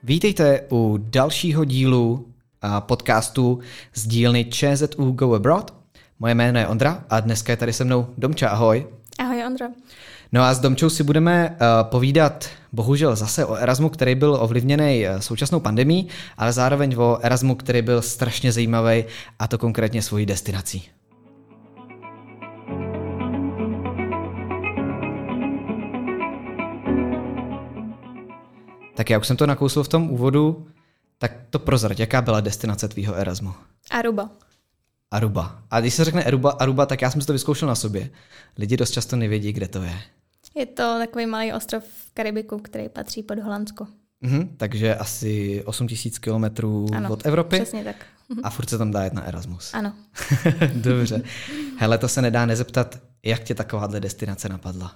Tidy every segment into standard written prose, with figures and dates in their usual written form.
Vítejte u dalšího dílu podcastu z dílny ČZU Go Abroad. Moje jméno je Ondra a dneska je tady se mnou Domča. Ahoj. Ahoj, Ondro. No a s Domčou si budeme povídat bohužel zase o Erasmu, který byl ovlivněný současnou pandemií, ale zároveň o Erasmu, který byl strašně zajímavý, a to konkrétně svojí destinací. Tak já už jsem to nakousl v tom úvodu, tak to prozrať, jaká byla destinace tvýho Erasmu? Aruba. A když se řekne Aruba, tak já jsem si to vyzkoušel na sobě. Lidi dost často nevědí, kde to je. Je to takový malý ostrov v Karibiku, který patří pod Holandsko. Takže asi 8000 kilometrů od Evropy. Přesně tak. A furt se tam dá jet na Erasmus. Ano. Dobře. Hele, to se nedá nezeptat, jak tě takováhle destinace napadla?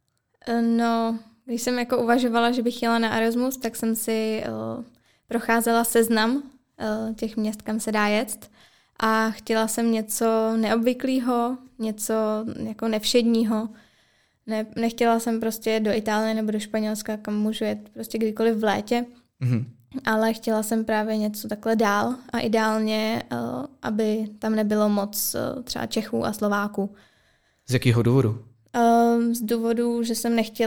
No, když jsem jako uvažovala, že bych jela na Erasmus, tak jsem si procházela seznam těch měst, kam se dá jet. A chtěla jsem něco neobvyklého, něco jako nevšedního. Nechtěla jsem prostě do Itálie nebo do Španělska, kam můžu jet prostě kdykoliv v létě. Ale chtěla jsem právě něco takhle dál a ideálně, aby tam nebylo moc třeba Čechů a Slováků. Z jakého důvodu? Z důvodu, že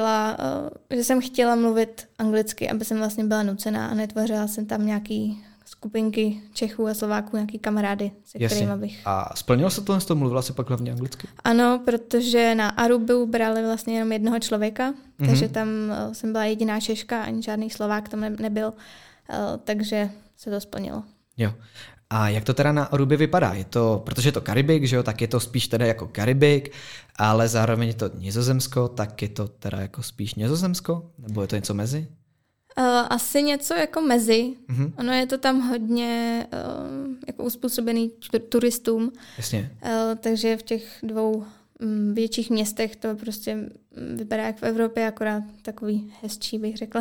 jsem chtěla mluvit anglicky, aby jsem vlastně byla nucená a netvořila jsem tam nějaký skupinky Čechů a Slováků, nějaký kamarády, se kterými bych... A splnilo se tohle, mluvila jsi pak hlavně anglicky? Ano, protože na Arubu brali vlastně jenom jednoho člověka, takže tam jsem byla jediná Češka, ani žádný Slovák tam nebyl, takže se to splnilo. Jo. A jak to teda na Arubě vypadá? Je to, protože je to Karibik, že jo, tak je to spíš teda jako Karibik, ale zároveň je to Nizozemsko, tak je to teda jako spíš Nizozemsko? Nebo je to něco mezi? Asi něco jako mezi. Ono je to tam hodně jako uspůsobený turistům. Jasně. Takže v těch dvou větších městech to prostě vypadá jak v Evropě, akorát takový hezčí, bych řekla.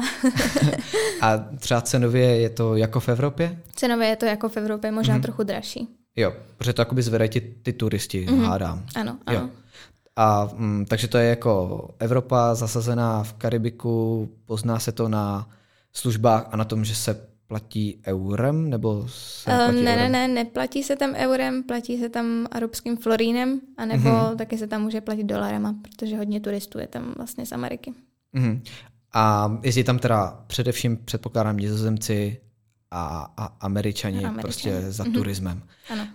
A třeba cenově je to jako v Evropě? Cenově je to jako v Evropě, možná trochu dražší. Jo, protože to jakoby zvedají ty turisti, hádám. Ano. Jo. A takže to je jako Evropa zasazená v Karibiku, pozná se to na službách a na tom, že se platí eurem, nebo se platí eurem? Ne, neplatí se tam eurem, platí se tam arabským florínem, anebo taky se tam může platit dolarema, protože hodně turistů je tam vlastně z Ameriky. A jezdí tam teda především, předpokládám, Nizozemci a Američani prostě za turismem. Ano.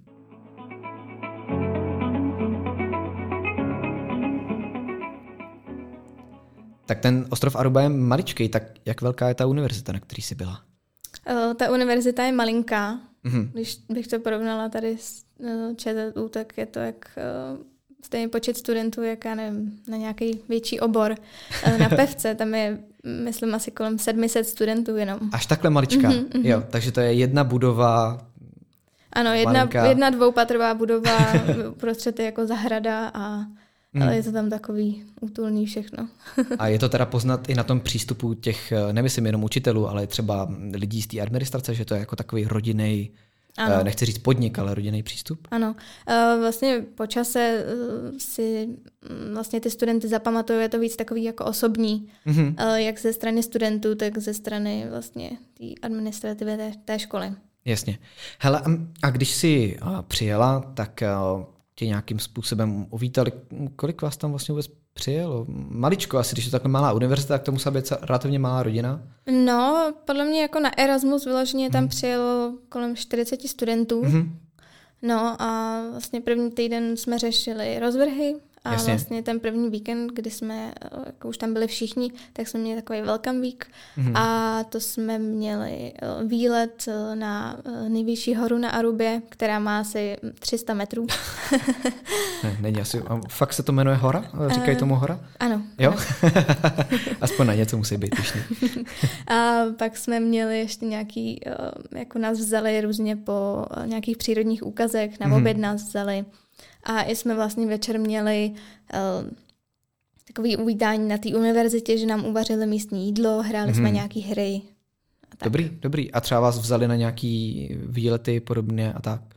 Tak ten ostrov Aruba je maličký, tak jak velká je ta univerzita, na který jsi byla? Ta univerzita je malinká. Když bych to porovnala tady s ČZU, tak je to jak stejný počet studentů, jak já nevím, na nějaký větší obor. Na Pevce tam je, myslím, asi kolem 700 studentů jenom. Až takhle maličká? Jo, takže to je jedna budova. Ano, jedna dvoupatrová budova, prostřed je jako zahrada ale je to tam takový útulný všechno. A je to teda poznat i na tom přístupu těch, nemyslím jenom učitelů, ale třeba lidí z té administrace, že to je jako takový rodinný, nechci říct podnik, ale rodinný přístup? Ano. Vlastně po čase si vlastně ty studenty zapamatují, je to víc takový jako osobní, jak ze strany studentů, tak ze strany vlastně té administrativy té školy. Jasně. Hele, a když jsi přijela, tak tě nějakým způsobem uvítali, kolik vás tam vlastně vůbec přijelo? Maličko asi, když je to takhle malá univerzita, tak to musela být relativně malá rodina? No, podle mě jako na Erasmus vyloženě tam přijelo kolem 40 studentů. No a vlastně první týden jsme řešili rozvrhy a vlastně ten první víkend, kdy jsme jako už tam byli všichni, tak jsme měli takový welcome week a to jsme měli výlet na nejvyšší horu na Arubě, která má asi 300 metrů. Není asi, fakt se to jmenuje hora? Říkají tomu hora? Ano. Jo? Aspoň na něco musí být pyšný. A pak jsme měli ještě nějaký, jako nás vzali různě po nějakých přírodních úkazech, na oběd nás vzali. A i jsme vlastně večer měli takový uvítání na té univerzitě, že nám uvařili místní jídlo, hráli jsme nějaký hry. A tak. Dobrý. A třeba vás vzali na nějaký výlety podobně a tak?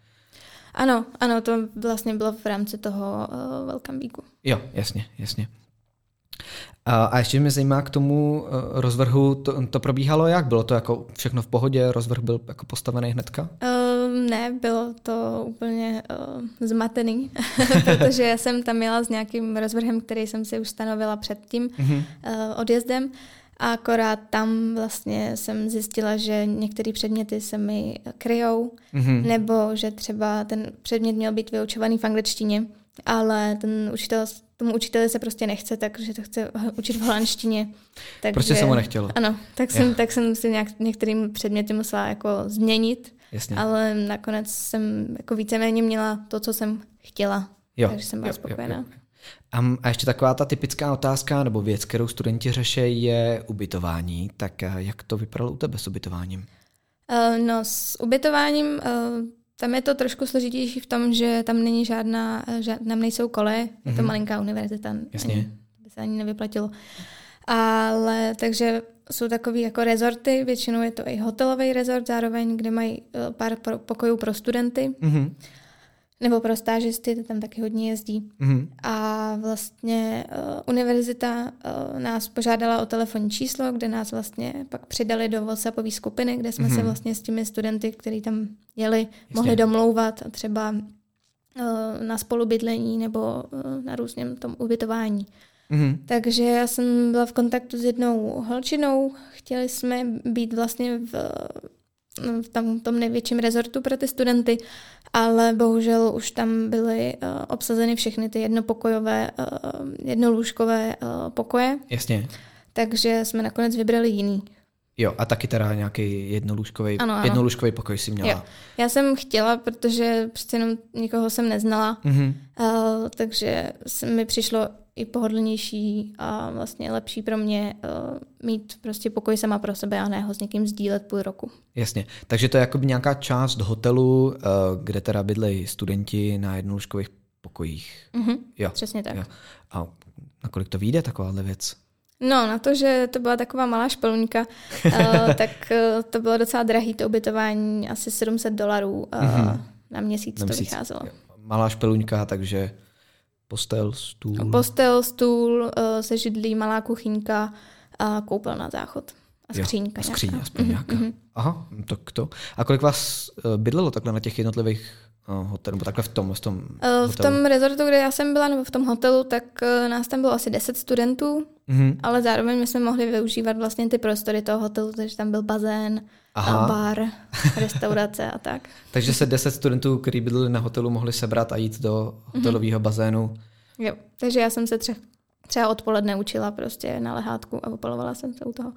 Ano, to vlastně bylo v rámci toho welcome weeku. Jo, jasně. A ještě mě zajímá k tomu rozvrhu, to probíhalo jak? Bylo to jako všechno v pohodě? Rozvrh byl jako postavený hnedka? Ne, bylo to úplně zmatený, protože já jsem tam jela s nějakým rozvrhem, který jsem si už stanovila před tím odjezdem. A akorát tam vlastně jsem zjistila, že některé předměty se mi kryjou, nebo že třeba ten předmět měl být vyučovaný v angličtině, ale tomu učiteli se prostě nechce, takže to chce učit v holandštině. Takže, prostě se mu nechtělo. Ano, tak jsem si některým předměty musela jako změnit, Jasně. ale nakonec jsem jako víceméně měla to, co jsem chtěla, takže jsem byla spokojená. Jo. A ještě taková ta typická otázka nebo věc, kterou studenti řeší, je ubytování. Tak jak to vypadalo u tebe s ubytováním? No s ubytováním tam je to trošku složitější v tom, že tam není tam nejsou koleje, je to malinká univerzita, by se ani nevyplatilo. Ale takže jsou takový jako rezorty, většinou je to i hotelový rezort zároveň, kde mají pár pokojů pro studenty. Nebo pro stážisty, to tam taky hodně jezdí. A vlastně univerzita nás požádala o telefonní číslo, kde nás vlastně pak přidali do WhatsAppové skupiny, kde jsme se vlastně s těmi studenty, kteří tam jeli, mohli domlouvat třeba na spolubydlení nebo na různém tom ubytování. Takže já jsem byla v kontaktu s jednou holčinou, chtěli jsme být vlastně v tom největším rezortu pro ty studenty, ale bohužel už tam byly obsazeny všechny ty jednolůžkové pokoje. Jasně. Takže jsme nakonec vybrali jiný. Jo, a taky teda nějaký jednolůžkový pokoj si měla. Jo. Já jsem chtěla, protože přece jenom nikoho jsem neznala, takže mi přišlo i pohodlnější a vlastně lepší pro mě mít prostě pokoj sama pro sebe a ne ho s někým sdílet půl roku. Jasně, takže to je jako nějaká část hotelu, kde teda bydlejí studenti na jednolůžkových pokojích. Jo. Přesně tak. Jo. A nakolik to vyjde takováhle věc? No, na to, že to byla taková malá špeluňka, tak to bylo docela drahý to ubytování, asi $700 na měsíc to vycházelo. Malá špeluňka, takže postel, stůl, se židlí, malá kuchyňka a koupelna, záchod a skříňka. Skříň aspoň nějaká. Aha, tak to. A kolik vás bydlelo takhle na těch jednotlivých hotelů, nebo takhle v tom hotelu? V tom rezortu, kde já jsem byla, nebo v tom hotelu, tak nás tam bylo asi 10 studentů, ale zároveň my jsme mohli využívat vlastně ty prostory toho hotelu, takže tam byl bazén, bar, restaurace a tak. Takže se 10 studentů, kteří bydleli na hotelu, mohli sebrat a jít do hotelového bazénu. Jo, takže já jsem se třeba odpoledne učila prostě na lehátku a opalovala jsem se u toho.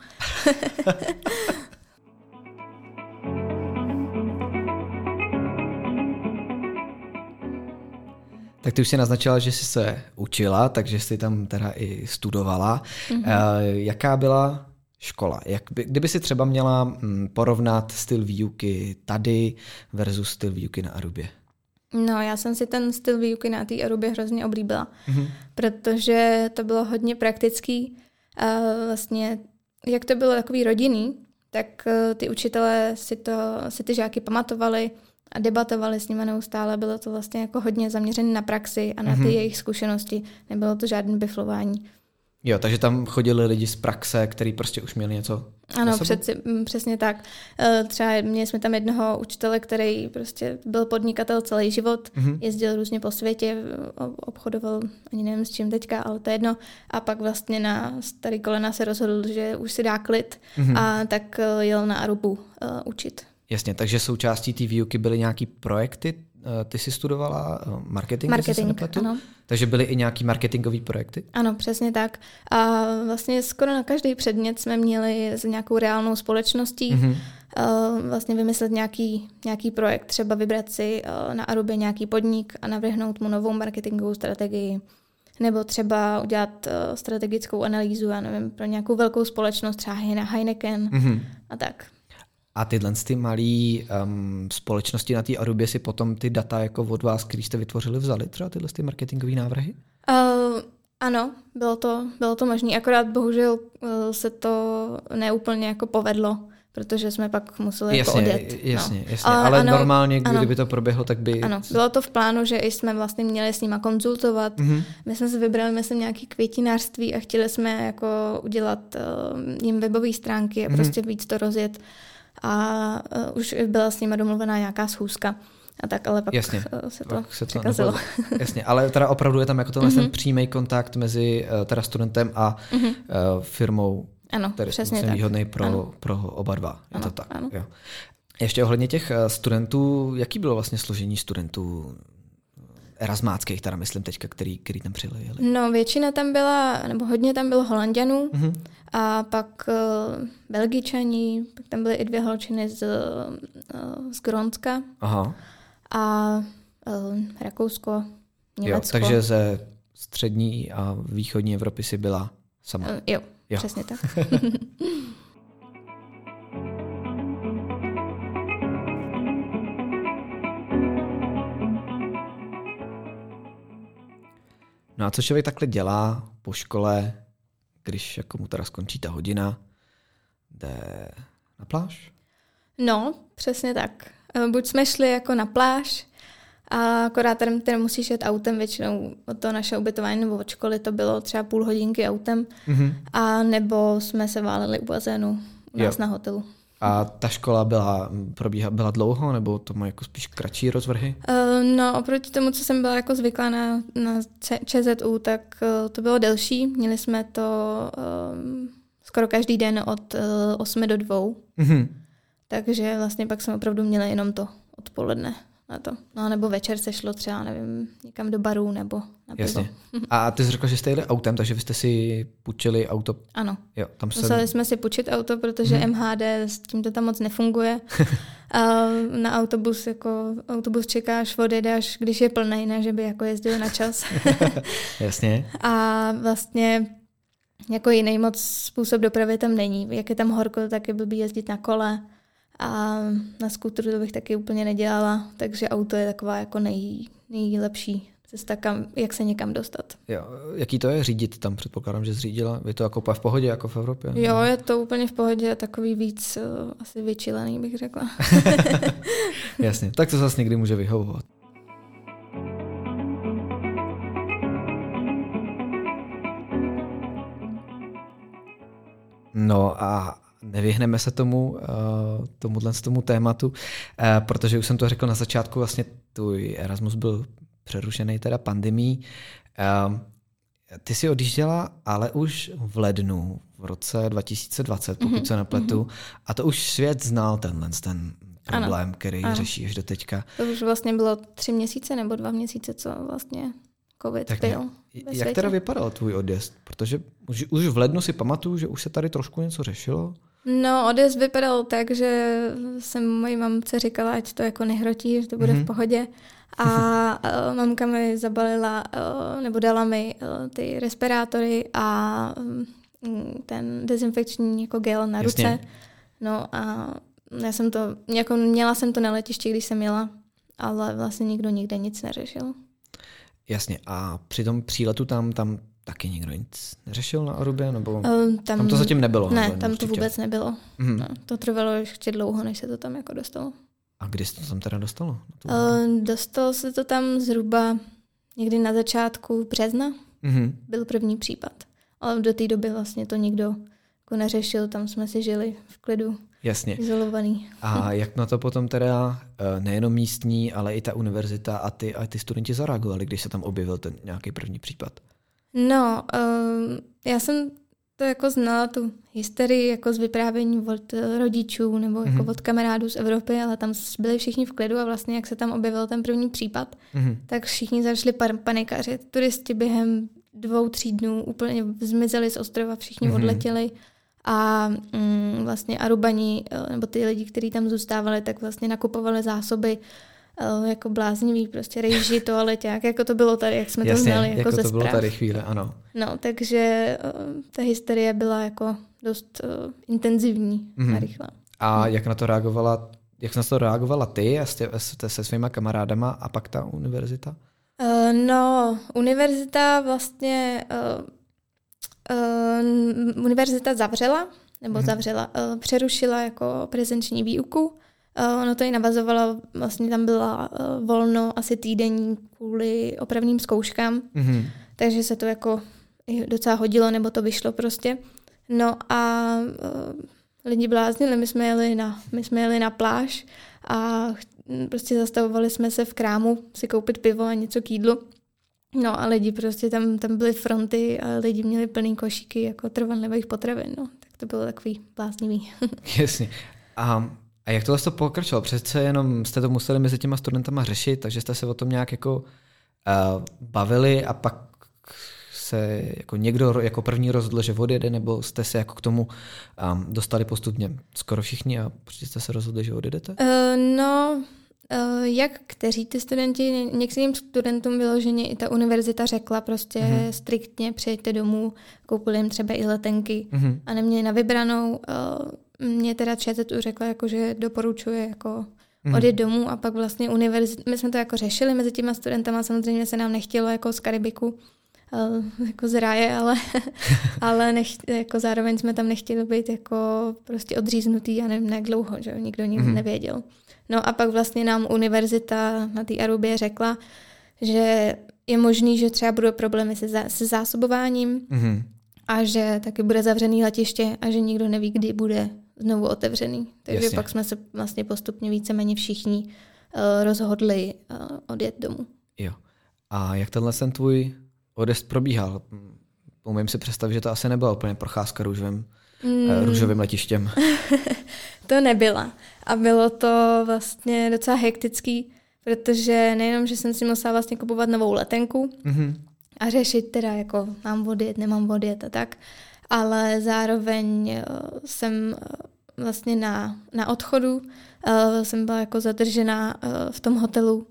Tak ty už si naznačila, že jsi se učila, takže jsi tam teda i studovala. Jaká byla škola? Kdyby si třeba měla porovnat styl výuky tady versus styl výuky na Arubě? No, já jsem si ten styl výuky na té Arubě hrozně oblíbila, protože to bylo hodně praktický. A vlastně, jak to bylo takový rodinný, tak ty učitelé si ty žáky pamatovali a debatovali s nimi neustále. Bylo to vlastně jako hodně zaměřené na praxi a na ty jejich zkušenosti. Nebylo to žádné biflování. Jo, takže tam chodili lidi z praxe, kteří prostě už měli něco. Ano, přesně tak. Třeba měli jsme tam jednoho učitele, který prostě byl podnikatel celý život, jezdil různě po světě, obchodoval, ani nevím s čím teďka, ale to je jedno. A pak vlastně na starý kolena se rozhodl, že už si dá klid a tak jel na Arubu učit. Jasně, takže součástí té výuky byly nějaký projekty. Ty jsi studovala marketing, ano. Takže byly i nějaký marketingový projekty? Ano, přesně tak. A vlastně skoro na každý předmět jsme měli s nějakou reálnou společností vlastně vymyslet nějaký projekt, třeba vybrat si na Arubě nějaký podnik a navrhnout mu novou marketingovou strategii. Nebo třeba udělat strategickou analýzu, já nevím, pro nějakou velkou společnost, třeba Heineken a tak. A tyhle ty malé společnosti na té Arubě si potom ty data jako od vás, který jste vytvořili, vzali třeba tyhle ty marketingové návrhy? Ano, bylo to možné, akorát bohužel se to neúplně jako povedlo, protože jsme pak museli jako odjet. Jasně. Ale ano, normálně, kdyby to proběhlo, tak by... Ano, bylo to v plánu, že jsme vlastně měli s nima konzultovat. My jsme si vybrali, myslím, nějaký květinářství a chtěli jsme jako udělat jim webové stránky a prostě víc to rozjet. A už byla s nima domluvená nějaká schůzka. A tak, ale pak se to překazilo. Jasně, ale teda opravdu je tam jako ten přímý kontakt mezi teda studentem a firmou, který je výhodný pro oba dva. Je to tak. Jo. Ještě ohledně těch studentů, jaký bylo vlastně složení studentů erasmáckých, teda myslím teďka, který tam přijeli? No většina tam byla, nebo hodně tam bylo Holanďanů a pak Belgičani, pak tam byly i 2 holčiny z Grónska. Aha. A Rakousko, Německo. Jo, takže ze střední a východní Evropy si byla sama. Jo, přesně tak. No a co člověk takhle dělá po škole, když jako mu teda skončí ta hodina, jde na pláž? No, přesně tak. Buď jsme šli jako na pláž, a akorát tady musíš jet autem většinou od toho našeho ubytování nebo od školy, to bylo třeba půl hodinky autem, a nebo jsme se váleli u bazénu u nás na hotelu. A ta škola byla dlouho, nebo to má jako spíš kratší rozvrhy? No, oproti tomu, co jsem byla jako zvyklá na ČZU, tak to bylo delší. Měli jsme to skoro každý den od 8 do 2. Takže vlastně pak jsme opravdu měli jenom to odpoledne na to. No, nebo večer se šlo třeba, nevím, někam do baru nebo na pivo. Jasně. A ty jsi řekla, že jste jeli autem, takže vy jste si půjčili auto? Ano. Jo, museli jsme si půjčit auto, protože MHD s tímto tam moc nefunguje. A na autobus čekáš, odjedeš, když je plnej, ne, že by jako jezdil na čas. Jasně. A vlastně jako jiný moc způsob dopravy tam není. Jak je tam horko, tak je blbý jezdit na kole. A na skútru to bych taky úplně nedělala, takže auto je taková jako nejlepší cesta, jak se někam dostat. Jo, jaký to je řídit tam? Předpokládám, že zřídila. Je to jako v pohodě, jako v Evropě? Jo, je to úplně v pohodě, takový víc asi vyčilený, bych řekla. Jasně, tak to zase někdy může vyhovovat. No a nevyhneme se tomu tématu, protože už jsem to řekl na začátku, vlastně tvůj Erasmus byl přerušený teda pandemií. Ty jsi odjížděla, ale už v lednu, v roce 2020, pokud se nepletu, a to už svět znal ten problém, který řešíš do teďka. To už vlastně bylo 3 měsíce nebo 2 měsíce, co vlastně covid tak byl. Jak teda vypadal tvůj odjezd? Protože už v lednu si pamatuju, že už se tady trošku něco řešilo. No, odjezd vypadal tak, že jsem mojí mamce říkala, ať to jako nehrotí, že to bude v pohodě. A mamka mi zabalila, nebo dala mi ty respirátory a ten dezinfekční jako gel na ruce. Jasně. No a měla jsem to na letišti, když jsem jela, ale vlastně nikdo nikde nic neřešil. Jasně. A při tom příletu tam taky nikdo nic neřešil na Arubě? Nebo tam to zatím nebylo? Ne, tam to vůbec nebylo. No, to trvalo ještě dlouho, než se to tam jako dostalo. A kdy se to tam teda dostalo? Dostalo se to tam zhruba někdy na začátku března. Byl první případ. Ale do té doby vlastně to nikdo jako neřešil, tam jsme si žili v klidu. Jasně. Izolovaný. A jak na to potom teda nejenom místní, ale i ta univerzita a ty studenti zareagovali, když se tam objevil ten nějaký první případ? No, já jsem to jako znala, tu hysterii jako z vyprávění od rodičů nebo jako od kamarádů z Evropy, ale tam byli všichni v klidu a vlastně jak se tam objevil ten první případ, tak všichni začali panikařit. Turisti během 2-3 dnů úplně zmizeli z ostrova, všichni odletěli a vlastně Arubani, nebo ty lidi, kteří tam zůstávali, tak vlastně nakupovali zásoby jako bláznivý, prostě rejži, toaleťák, jako to bylo tady, jak jsme to znali jako ze to bylo zpráv. tady chvíle, ano. No, takže ta hysterie byla jako dost intenzivní a rychlá. A jak na to reagovala ty se svýma kamarádama a pak ta univerzita? No, univerzita vlastně univerzita zavřela, nebo zavřela, přerušila jako prezenční výuku. Ono to i navazovalo, vlastně tam byla volno asi týdenní kvůli opravným zkouškám, takže se to jako docela hodilo, nebo to vyšlo prostě. No a lidi bláznili, my jsme jeli na pláž a prostě zastavovali jsme se v krámu si koupit pivo a něco k jídlu. No a lidi prostě tam byly fronty a lidi měli plný košíky jako trvanlivých potravin, no. Tak to bylo takový bláznivý. Jasně. A jak tohle to pokračovalo? Přece jenom jste to museli mezi těma studentama řešit, takže jste se o tom nějak jako bavili a pak se jako někdo jako první rozhodl, že odjede, nebo jste se jako k tomu dostali postupně skoro všichni a prostě jste se rozhodli, že odjedete? Jak kteří ty studenti, některým studentům vyloženě i ta univerzita řekla prostě striktně přijeďte domů, koupili jim třeba i letenky a neměli na vybranou. Mě teda ČZU řekla, jako, že doporučuje jako odjet domů a pak vlastně my jsme to jako řešili mezi těma studentama, samozřejmě se nám nechtělo jako z Karibiku, jako z ráje, ale jako zároveň jsme tam nechtěli být jako prostě odříznutý a nevím jak dlouho, že nikdo nikdy nevěděl. No a pak vlastně nám univerzita na té Arubě řekla, že je možný, že třeba budou problémy se zásobováním a že taky bude zavřený letiště a že nikdo neví, kdy bude znovu otevřený. Takže pak jsme se vlastně postupně víceméně všichni rozhodli odjet domů. Jo. A jak tenhle ten tvůj odjezd probíhal? Umím si představit, že to asi nebyla úplně procházka růžovým letištěm. To nebyla. A bylo to vlastně docela hektický, protože nejenom, že jsem si musela vlastně kupovat novou letenku a řešit teda jako mám odjet, nemám odjet a tak, ale zároveň jsem vlastně na odchodu jsem byla jako zadržená v tom hotelu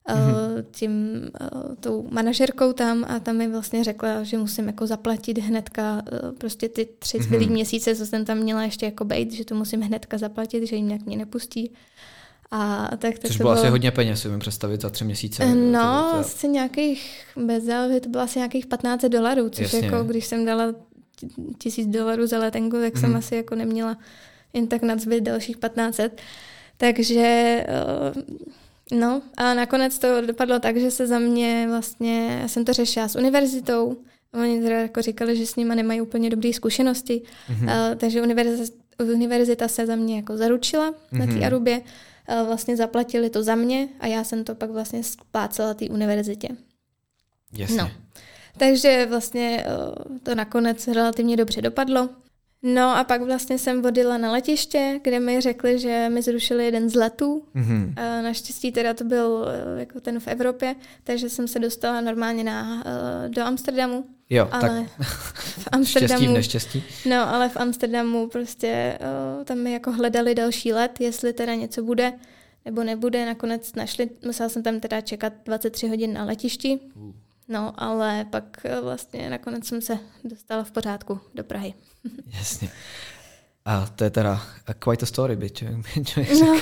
tou manažerkou tam a tam mi vlastně řekla, že musím jako zaplatit hnedka prostě ty 3 zbylý měsíce, co jsem tam měla ještě jako bejt, že to musím hnedka zaplatit, že jim nějak mě nepustí. A tak což bylo asi hodně peněz, si umím představit za 3 měsíce. No, asi nějakých, bez záleží, to bylo asi nějakých $15, což jasně. Jako když jsem dala $1000 za letenku, tak jsem asi jako neměla jen tak nadzbyt dalších 1500. Takže no a nakonec to dopadlo tak, že se za mě vlastně, já jsem to řešila s univerzitou, oni teda jako říkali, že s nima nemají úplně dobré zkušenosti, takže univerzita se za mě jako zaručila na té Arubě, vlastně zaplatili to za mě a já jsem to pak vlastně splácela té univerzitě. Jasně. No. Takže vlastně to nakonec relativně dobře dopadlo. No a pak vlastně jsem odjela na letiště, kde mi řekli, že mi zrušili jeden z letů. Naštěstí teda to byl jako ten v Evropě, takže jsem se dostala normálně do Amsterdamu. Jo, ale tak v Amsterdamu, štěstí v neštěstí. No, ale v Amsterdamu prostě tam mi jako hledali další let, jestli teda něco bude nebo nebude. Nakonec našli, musela jsem tam teda čekat 23 hodin na letišti. No, ale pak vlastně nakonec jsem se dostala v pořádku do Prahy. Jasně. A to je teda quite a story, by člověk no.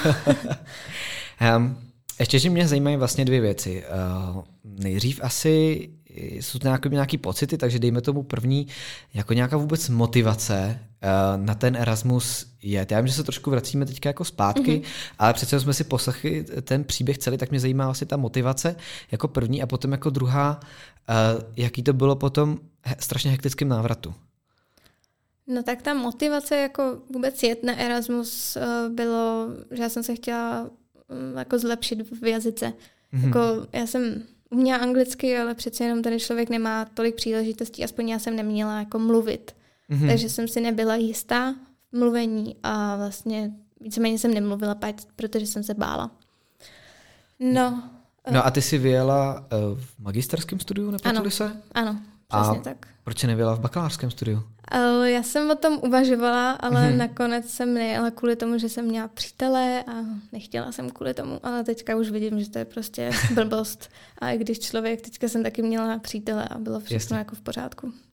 Ještě, že mě zajímají vlastně 2 věci. Nejdřív asi jsou to nějaký pocity, takže dejme tomu první, jako nějaká vůbec motivace na ten Erasmus jet. Já vím, že se trošku vracíme teďka jako zpátky, ale přece jsme si poslechli ten příběh celý, tak mě zajímá vlastně ta motivace jako první a potom jako druhá, jaký to bylo potom strašně hektickém návratu. No tak ta motivace jako vůbec jet na Erasmus bylo, že já jsem se chtěla jako zlepšit v jazyce. Jako já jsem uměla anglicky, ale přece jenom ten člověk nemá tolik příležitostí, aspoň já jsem neměla jako mluvit. Takže jsem si nebyla jistá v mluvení a vlastně víceméně jsem nemluvila, protože jsem se bála. No a ty jsi vyjela v magisterském studiu, nepletuli se? Ano, přesně tak. Proč nevyjela v bakalářském studiu? Já jsem o tom uvažovala, ale nakonec jsem nejela kvůli tomu, že jsem měla přítele a nechtěla jsem kvůli tomu, ale teďka už vidím, že to je prostě blbost. A i když teďka jsem taky měla přítele a bylo všechno jako v pořádku.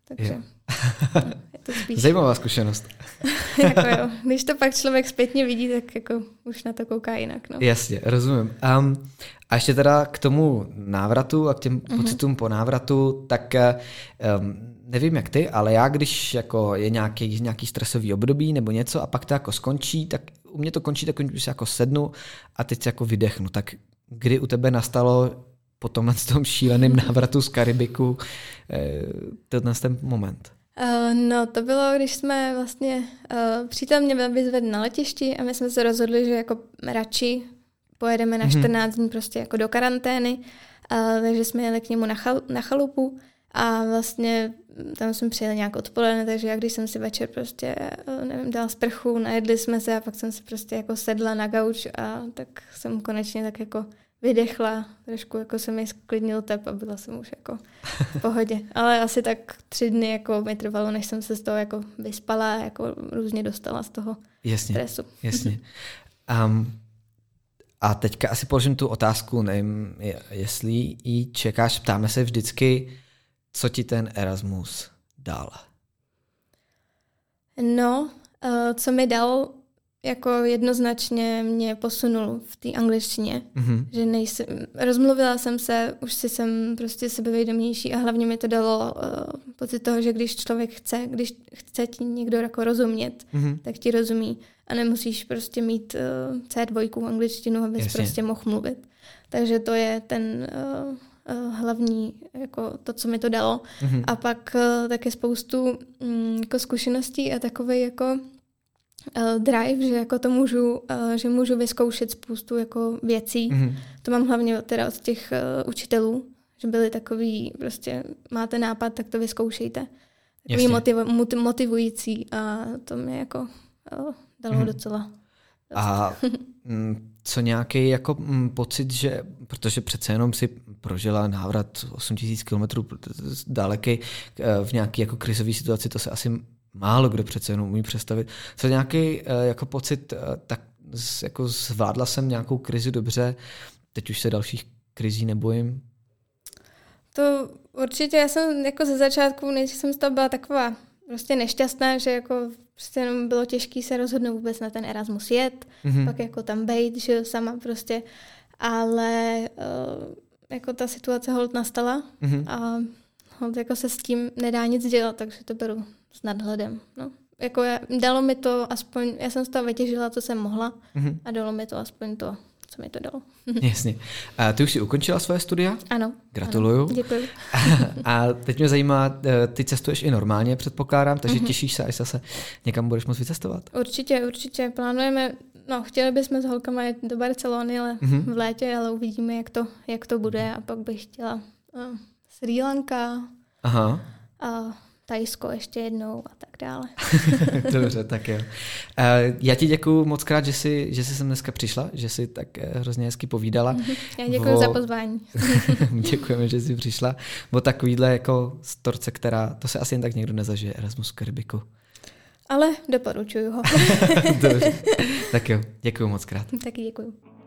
Takže je to spíš... Zajímavá zkušenost. Jako jo. Když to pak člověk zpětně vidí, tak jako už na to kouká jinak. No. Jasně, rozumím. A ještě teda k tomu návratu a k těm pocitům po návratu, tak nevím jak ty, ale já když jako je nějaký stresový období nebo něco a pak to jako skončí, tak u mě to končí tak, když se jako sednu a teď se jako vydechnu. Tak kdy u tebe nastalo po tomhle tom šíleném návratu z Karibiku ten moment? No to bylo, když jsme vlastně, přítel mě byl vyzvedl na letišti a my jsme se rozhodli, že jako radši pojedeme na 14 dní prostě jako do karantény, takže jsme jeli k němu na chalupu a vlastně tam jsme přijeli nějak odpoledne, takže já když jsem si večer prostě, nevím, dala sprchu, najedli jsme se a pak jsem si prostě jako sedla na gauč a tak jsem konečně tak jako vydechla, trošku jako se mi sklidnil tep a byla jsem už jako v pohodě. Ale asi tak 3 dny jako mi trvalo, než jsem se z toho jako vyspala, jako různě dostala z toho stresu. Jasně. A teďka asi položím tu otázku, nevím, jestli ji čekáš, ptáme se vždycky, co ti ten Erasmus dal? No, co mi dal, jako jednoznačně mě posunul v té angličtině, že rozmluvila jsem se, už si jsem prostě sebevědomější a hlavně mi to dalo pocit toho, že když člověk když chce ti někdo jako rozumět, tak ti rozumí a nemusíš prostě mít C2 angličtinu, abys prostě mohl mluvit. Takže to je ten hlavní, jako to, co mi to dalo. A pak také spoustu jako zkušeností a takovej jako drive, že jako to můžu vyzkoušet spoustu jako věcí. To mám hlavně teda od těch učitelů, že byli takový, prostě máte nápad, tak to vyzkoušejte. Takový motivující a to mě jako dalo docela. A co nějaký jako pocit, že, protože přece jenom si prožila návrat 8000 kilometrů daleký v nějaké jako krizové situaci, to se asi málo kdo přece jenom umí představit. Co nějaký jako pocit, tak jako zvládla jsem nějakou krizi dobře, teď už se dalších krizí nebojím? To určitě, já jsem jako ze začátku, než jsem z toho byla taková prostě nešťastná, že jako prostě jenom bylo těžké se rozhodnout vůbec na ten Erasmus jet, pak jako tam bejt, že sama prostě, ale jako ta situace holt nastala a holt jako se s tím nedá nic dělat, takže to beru s nadhledem. No. Jako dalo mi to aspoň, já jsem z toho vytěžila, co jsem mohla a dalo mi to aspoň to, co mi to dalo. Jasně. A ty už jsi ukončila svoje studia? Ano. Gratuluju. Ano, děkuji. A teď mě zajímá, ty cestuješ i normálně, předpokládám, takže těšíš se, až zase někam budeš moct vycestovat? Určitě. Plánujeme, chtěli bychom s holkama jet do Barcelony ale v létě, ale uvidíme, jak to bude a pak bych chtěla Srí Lanka. Aha. A Thajsko ještě jednou a tak dále. Dobře, tak jo. Já ti děkuju moc krát, že jsi sem dneska přišla, že jsi tak hrozně hezky povídala. Já děkuji za pozvání. Děkujeme, že jsi přišla. Bo takovýhle jako storce, to se asi jen tak někdo nezažije, Erasmus v Karibiku. Ale doporučuju ho. Dobře, tak jo, děkuju moc krát. Taky děkuju.